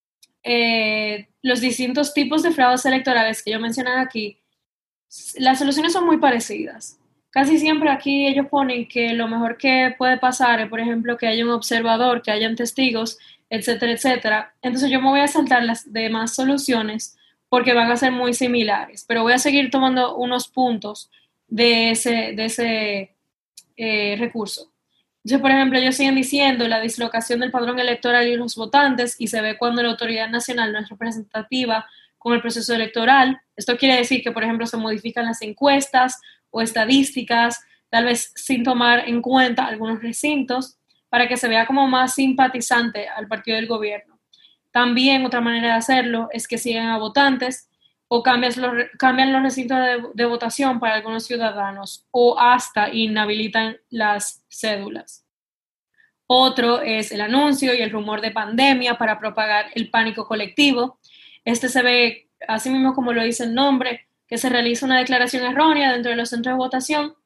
S1: eh, los distintos tipos de fraudes electorales que yo mencioné aquí, las soluciones son muy parecidas. Casi siempre aquí ellos ponen que lo mejor que puede pasar es, por ejemplo, que haya un observador, que hayan testigos, etcétera, etcétera. Entonces yo me voy a saltar las demás soluciones porque van a ser muy similares, pero voy a seguir tomando unos puntos de ese, de ese eh, recurso. Entonces, por ejemplo, ellos siguen diciendo la dislocación del padrón electoral y los votantes, y se ve cuando la autoridad nacional no es representativa con el proceso electoral. Esto quiere decir que, por ejemplo, se modifican las encuestas o estadísticas, tal vez sin tomar en cuenta algunos recintos, para que se vea como más simpatizante al partido del gobierno. También otra manera de hacerlo es que sigan a votantes o cambian los, cambian los recintos de, de votación para algunos ciudadanos o hasta inhabilitan las cédulas. Otro es el anuncio y el rumor de pandemia para propagar el pánico colectivo. Este se ve, así mismo como lo dice el nombre, que se realiza una declaración errónea dentro de los centros de votación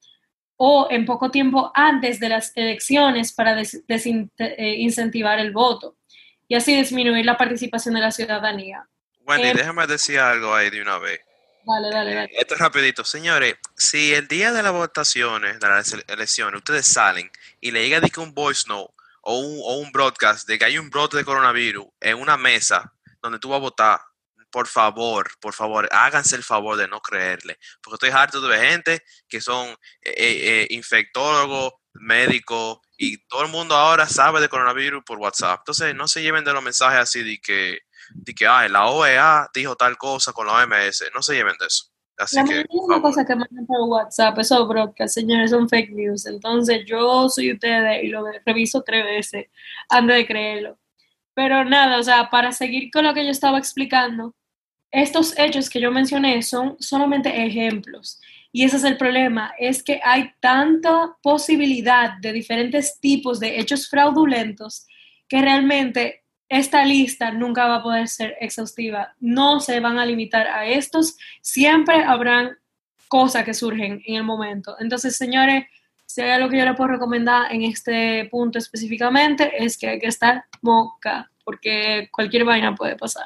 S1: o en poco tiempo antes de las elecciones para des, des, eh, incentivar el voto y así disminuir la participación de la ciudadanía.
S4: Wendy,
S1: eh,
S4: déjame decir algo ahí de una vez.
S1: Dale, dale, dale.
S4: Eh, esto es rapidito. Señores, si el día de las votaciones, de las elecciones, ustedes salen y le llega de que un voice note o un, o un broadcast de que hay un brote de coronavirus en una mesa donde tú vas a votar, por favor, por favor, háganse el favor de no creerle. Porque estoy harto de ver gente que son eh, eh, infectólogos, médicos, y todo el mundo ahora sabe de coronavirus por WhatsApp. Entonces, no se lleven de los mensajes así de que, de que ay, la O E A dijo tal cosa con la O M S. No se lleven de eso. Así
S1: La
S4: que,
S1: mayoría de cosas que mandan por WhatsApp, esos broadcasts, señores, son fake news. Entonces, yo soy ustedes y lo reviso tres veces antes de creerlo. Pero nada, o sea, para seguir con lo que yo estaba explicando, estos hechos que yo mencioné son solamente ejemplos. Y ese es el problema, es que hay tanta posibilidad de diferentes tipos de hechos fraudulentos que realmente esta lista nunca va a poder ser exhaustiva. No se van a limitar a estos, siempre habrán cosas que surgen en el momento. Entonces, señores, si hay algo que yo les puedo recomendar en este punto específicamente, es que hay que estar moca, porque cualquier vaina puede pasar.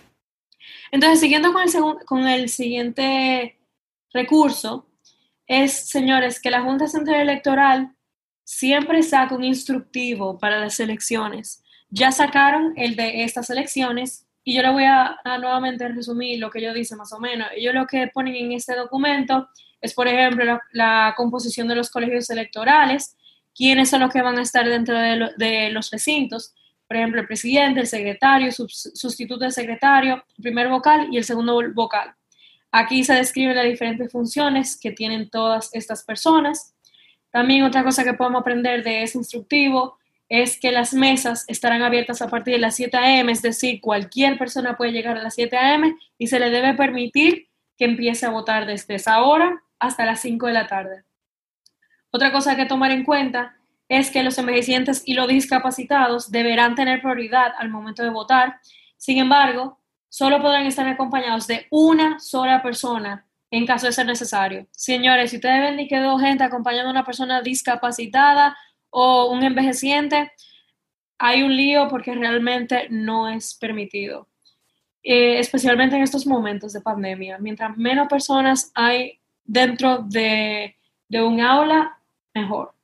S1: Entonces, siguiendo con el, segun- con el siguiente recurso, es, señores, que la Junta Central Electoral siempre saca un instructivo para las elecciones. Ya sacaron el de estas elecciones y yo le voy a, a nuevamente resumir lo que ellos dicen más o menos. Ellos lo que ponen en este documento es, por ejemplo, la, la composición de los colegios electorales, quiénes son los que van a estar dentro de, lo, de los recintos, por ejemplo, el presidente, el secretario, sustituto del secretario, el primer vocal y el segundo vocal. Aquí se describen las diferentes funciones que tienen todas estas personas. También otra cosa que podemos aprender de ese instructivo es que las mesas estarán abiertas a partir de las siete a eme, es decir, cualquier persona puede llegar a las siete a eme y se le debe permitir que empiece a votar desde esa hora hasta las cinco de la tarde. Otra cosa que tomar en cuenta es que los envejecientes y los discapacitados deberán tener prioridad al momento de votar. Sin embargo, solo podrán estar acompañados de una sola persona en caso de ser necesario. Señores, si ustedes ven que dos gente acompañando a una persona discapacitada o un envejeciente, hay un lío porque realmente no es permitido. Eh, especialmente en estos momentos de pandemia. Mientras menos personas hay dentro de, de un aula, mejor.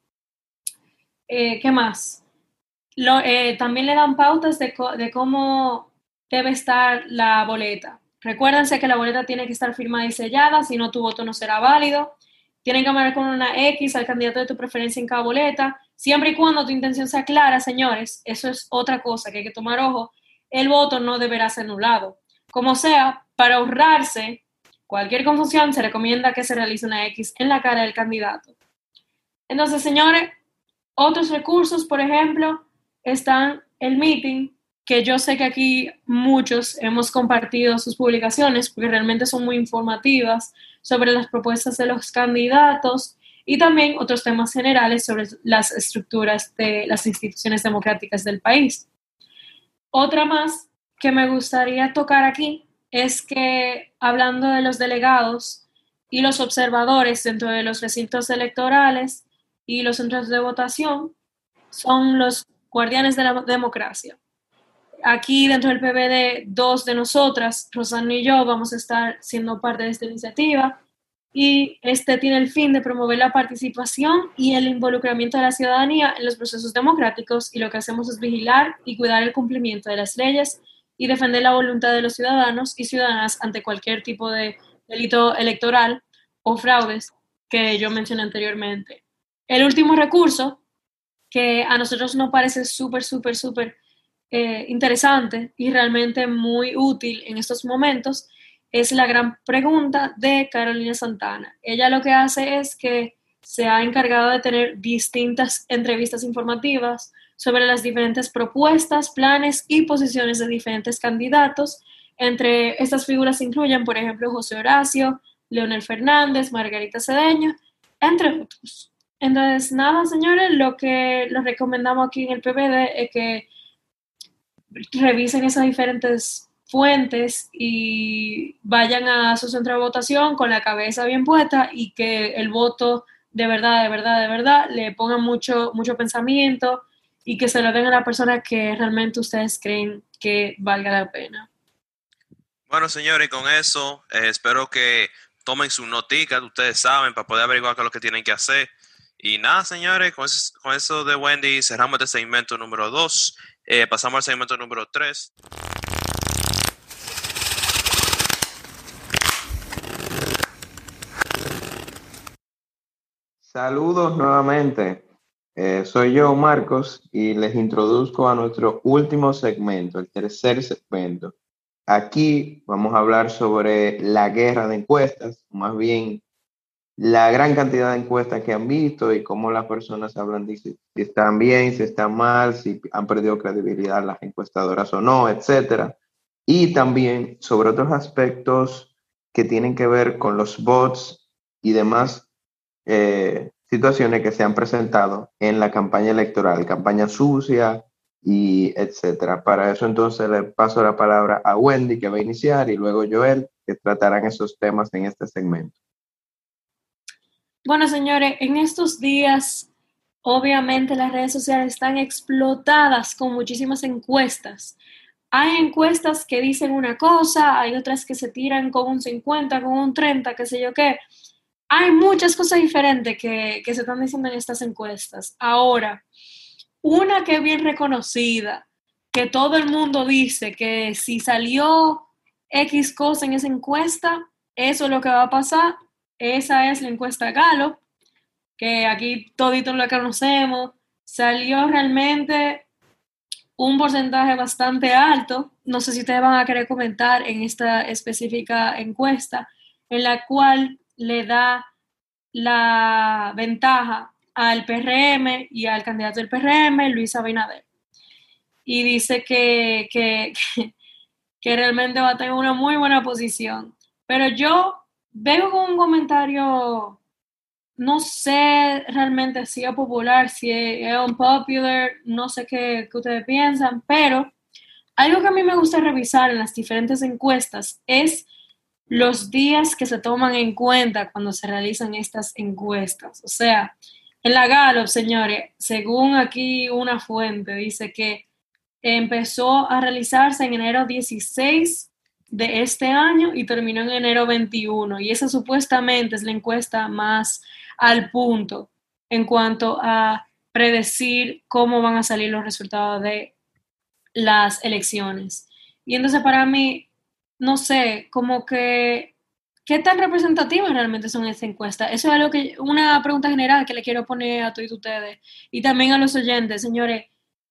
S1: Eh, ¿Qué más? Lo, eh, también le dan pautas de, co- de cómo debe estar la boleta. Recuérdense que la boleta tiene que estar firmada y sellada, si no tu voto no será válido. Tienen que marcar con una X al candidato de tu preferencia en cada boleta, siempre y cuando tu intención sea clara, señores. Eso es otra cosa que hay que tomar ojo. El voto no deberá ser anulado. Como sea, para ahorrarse cualquier confusión, se recomienda que se realice una X en la cara del candidato. Entonces, señores, otros recursos, por ejemplo, están el meeting, que yo sé que aquí muchos hemos compartido sus publicaciones porque realmente son muy informativas sobre las propuestas de los candidatos y también otros temas generales sobre las estructuras de las instituciones democráticas del país. Otra más que me gustaría tocar aquí es que, hablando de los delegados y los observadores dentro de los recintos electorales y los centros de votación, son los guardianes de la democracia. Aquí dentro del P V D, dos de nosotras, Rosana y yo, vamos a estar siendo parte de esta iniciativa y este tiene el fin de promover la participación y el involucramiento de la ciudadanía en los procesos democráticos, y lo que hacemos es vigilar y cuidar el cumplimiento de las leyes y defender la voluntad de los ciudadanos y ciudadanas ante cualquier tipo de delito electoral o fraudes que yo mencioné anteriormente. El último recurso, que a nosotros nos parece súper, súper, súper eh, interesante y realmente muy útil en estos momentos, es la gran pregunta de Carolina Santana. Ella lo que hace es que se ha encargado de tener distintas entrevistas informativas sobre las diferentes propuestas, planes y posiciones de diferentes candidatos. Entre estas figuras se incluyen, por ejemplo, José Horacio, Leonel Fernández, Margarita Cedeño, entre otros. Entonces, nada, señores, lo que les recomendamos aquí en el P V D es que revisen esas diferentes fuentes y vayan a su centro de votación con la cabeza bien puesta y que el voto de verdad, de verdad, de verdad le pongan mucho, mucho pensamiento y que se lo den a la persona que realmente ustedes creen que valga la pena.
S4: Bueno, señores, con eso eh, espero que tomen sus noticas, ustedes saben, para poder averiguar qué es lo que tienen que hacer. Y nada, señores, con eso, con eso de Wendy cerramos este segmento número dos. Eh, pasamos al segmento número tres.
S2: Saludos nuevamente. Eh, soy yo, Marcos, y les introduzco a nuestro último segmento, el tercer segmento. Aquí vamos a hablar sobre la guerra de encuestas, más bien la gran cantidad de encuestas que han visto y cómo las personas hablan de si, si están bien, si están mal, si han perdido credibilidad las encuestadoras o no, etcétera. Y también sobre otros aspectos que tienen que ver con los bots y demás eh, situaciones que se han presentado en la campaña electoral, campaña sucia y etcétera. Para eso entonces le paso la palabra a Wendy, que va a iniciar, y luego Joel, que tratarán esos temas en este segmento.
S1: Bueno, señores, en estos días, obviamente las redes sociales están explotadas con muchísimas encuestas. Hay encuestas que dicen una cosa, hay otras que se tiran con un cincuenta, con un treinta, qué sé yo qué. Hay muchas cosas diferentes que, que se están diciendo en estas encuestas. Ahora, una que es bien reconocida, que todo el mundo dice que si salió X cosa en esa encuesta, eso es lo que va a pasar. Esa es la encuesta Gallup, que aquí toditos la conocemos. Salió realmente un porcentaje bastante alto. No sé si ustedes van a querer comentar en esta específica encuesta, en la cual le da la ventaja al P R M y al candidato del P R M, Luis Abinader. Y dice que, que, que, que realmente va a tener una muy buena posición. Pero yo veo un comentario, no sé realmente si es popular, si es unpopular, no sé qué, qué ustedes piensan, pero algo que a mí me gusta revisar en las diferentes encuestas es los días que se toman en cuenta cuando se realizan estas encuestas. O sea, en la Gallup, señores, según aquí una fuente, dice que empezó a realizarse en enero dieciséis de este año y terminó en enero veintiuno. Y esa supuestamente es la encuesta más al punto en cuanto a predecir cómo van a salir los resultados de las elecciones. Y entonces para mí, no sé, como que, ¿qué tan representativas realmente son estas encuestas? Eso es algo que, una pregunta general que le quiero poner a todos ustedes y también a los oyentes, señores.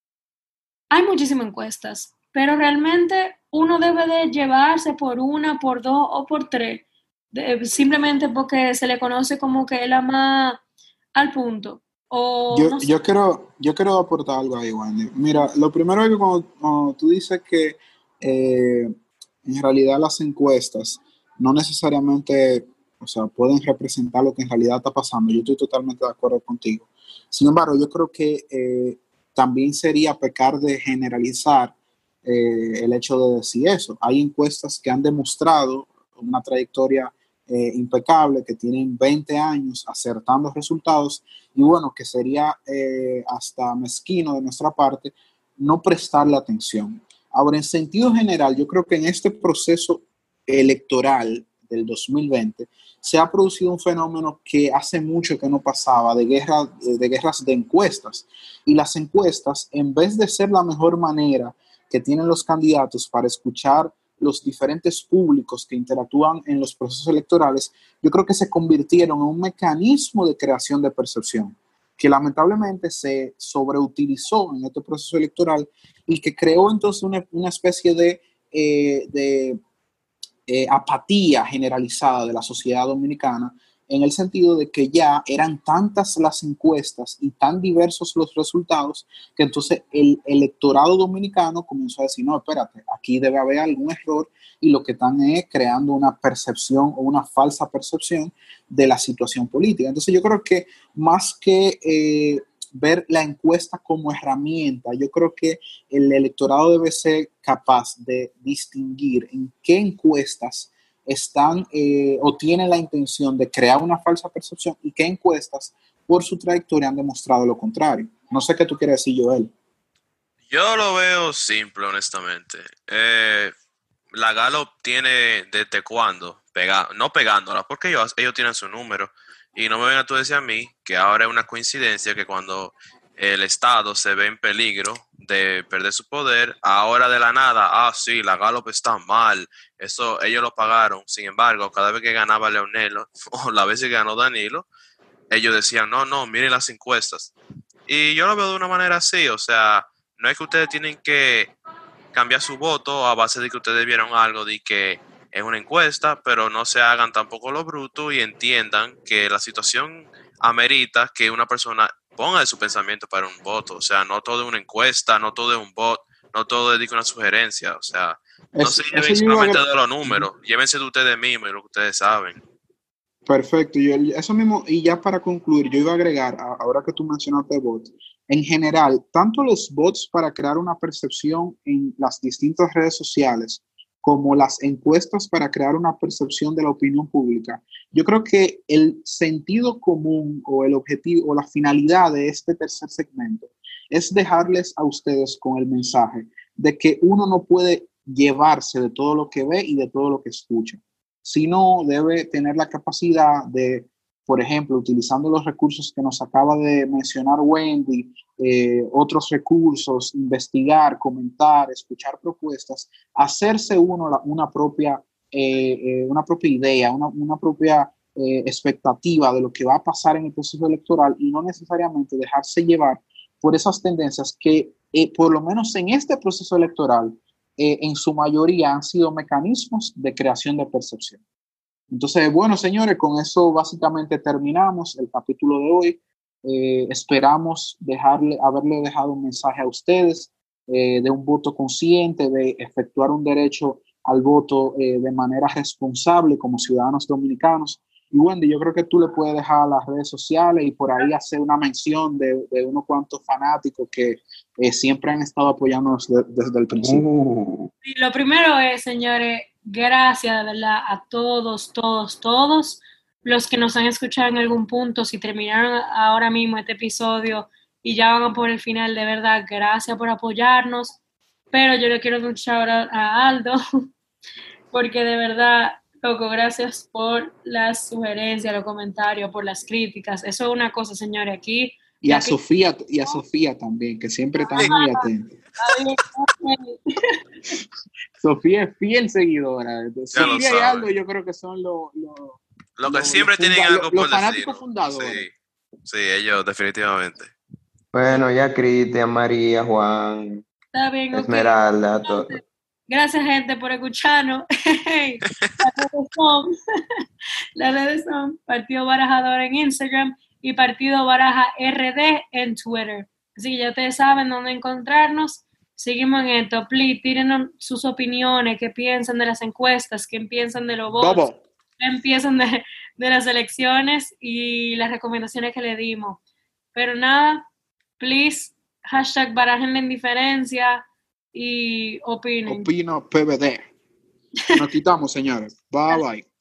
S1: Hay muchísimas encuestas, pero realmente uno debe de llevarse por una, por dos o por tres, de, simplemente porque se le conoce como que es la más al punto. O,
S3: Yo,
S1: no sé.
S3: yo, quiero, yo quiero aportar algo ahí, Wendy. Mira, lo primero es que cuando, cuando tú dices que eh, en realidad las encuestas no necesariamente, o sea, pueden representar lo que en realidad está pasando, yo estoy totalmente de acuerdo contigo. Sin embargo, yo creo que eh, también sería pecar de generalizar eh, el hecho de decir eso. Hay encuestas que han demostrado una trayectoria eh, impecable, que tienen veinte años acertando resultados, y bueno, que sería eh, hasta mezquino de nuestra parte no prestarle atención. Ahora, en sentido general, yo creo que en este proceso electoral del dos mil veinte se ha producido un fenómeno que hace mucho que no pasaba, de, guerra, de guerras de encuestas. Y las encuestas, en vez de ser la mejor manera que tienen los candidatos para escuchar los diferentes públicos que interactúan en los procesos electorales, yo creo que se convirtieron en un mecanismo de creación de percepción que lamentablemente se sobreutilizó en este proceso electoral y que creó entonces una, una especie de, eh, de eh, apatía generalizada de la sociedad dominicana, en el sentido de que ya eran tantas las encuestas y tan diversos los resultados que entonces el electorado dominicano comenzó a decir, no, espérate, aquí debe haber algún error y lo que están es creando una percepción o una falsa percepción de la situación política. Entonces yo creo que más que eh, ver la encuesta como herramienta, yo creo que el electorado debe ser capaz de distinguir en qué encuestas están eh, o tienen la intención de crear una falsa percepción y qué encuestas por su trayectoria han demostrado lo contrario. No sé qué tú quieres decir, Joel.
S4: Yo lo veo simple, honestamente. Eh, la Gallup tiene desde cuándo, pega, no pegándola, porque ellos, ellos tienen su número. Y no me vengas tú a decir a mí que ahora es una coincidencia que cuando el Estado se ve en peligro de perder su poder, ahora de la nada, ah, sí, la Gallup está mal, eso ellos lo pagaron. Sin embargo, cada vez que ganaba Leonel o la vez que ganó Danilo, ellos decían, no, no, miren las encuestas. Y yo lo veo de una manera así, o sea, no es que ustedes tienen que cambiar su voto a base de que ustedes vieron algo de que es una encuesta, pero no se hagan tampoco lo bruto y entiendan que la situación amerita que una persona ponga de su pensamiento para un voto. O sea, no todo es una encuesta, no todo es un voto, no todo es una sugerencia. O sea, no
S3: es,
S4: se lleven solamente de los números, llévense de ustedes mismos y lo que ustedes saben.
S3: Perfecto, yo, eso mismo, y ya para concluir, yo iba a agregar, ahora que tú mencionaste bots, en general, tanto los bots para crear una percepción en las distintas redes sociales, como las encuestas para crear una percepción de la opinión pública, yo creo que el sentido común o el objetivo o la finalidad de este tercer segmento es dejarles a ustedes con el mensaje de que uno no puede llevarse de todo lo que ve y de todo lo que escucha, sino debe tener la capacidad de, por ejemplo, utilizando los recursos que nos acaba de mencionar Wendy, eh, otros recursos, investigar, comentar, escuchar propuestas, hacerse uno la, una, propia, eh, eh, una propia idea, una, una propia eh, expectativa de lo que va a pasar en el proceso electoral y no necesariamente dejarse llevar por esas tendencias que eh, por lo menos en este proceso electoral, eh, en su mayoría han sido mecanismos de creación de percepción. Entonces, bueno, señores, con eso básicamente terminamos el capítulo de hoy. Eh, esperamos dejarle, haberle dejado un mensaje a ustedes eh, de un voto consciente, de efectuar un derecho al voto eh, de manera responsable como ciudadanos dominicanos. Y Wendy, yo creo que tú le puedes dejar las redes sociales y por ahí hacer una mención de, de unos cuantos fanáticos que eh, siempre han estado apoyándonos de, desde el principio.
S2: Uh.
S1: Y lo primero es, señores, gracias de verdad a todos, todos, todos los que nos han escuchado en algún punto. Si terminaron ahora mismo este episodio y ya van por el final, de verdad, gracias por apoyarnos. Pero yo le quiero dar un shout out a Aldo, porque de verdad, loco, gracias por las sugerencias, los comentarios, por las críticas. Eso es una cosa, señores, aquí.
S3: Y a
S1: aquí,
S3: Sofía, y a Sofía también, que siempre está muy atenta. Sofía es fiel seguidora. Sofía y Aldo, yo creo que son los lo,
S4: lo que
S3: lo,
S4: siempre
S3: lo
S4: tienen
S3: funda,
S4: algo
S3: lo,
S4: por
S3: los fanáticos
S4: decir.
S3: fundadores.
S4: Sí, sí, ellos definitivamente.
S2: Bueno, ya Cristian, María, Juan,
S1: Está bien,
S2: Esmeralda,
S1: okay.
S2: todo.
S1: Gracias, gente, por escucharnos. Las redes son, las redes son Partido Barajador en Instagram y Partido Baraja R D en Twitter. Así que ya ustedes saben dónde encontrarnos. Seguimos en esto. Please, tírenos sus opiniones, qué piensan de las encuestas, qué piensan de los votos,
S3: Bobo.
S1: qué piensan de, de las elecciones y las recomendaciones que le dimos. Pero nada, please, hashtag barajen la indiferencia y opinen.
S3: Opino P B D. Nos quitamos, señores. Bye, bye.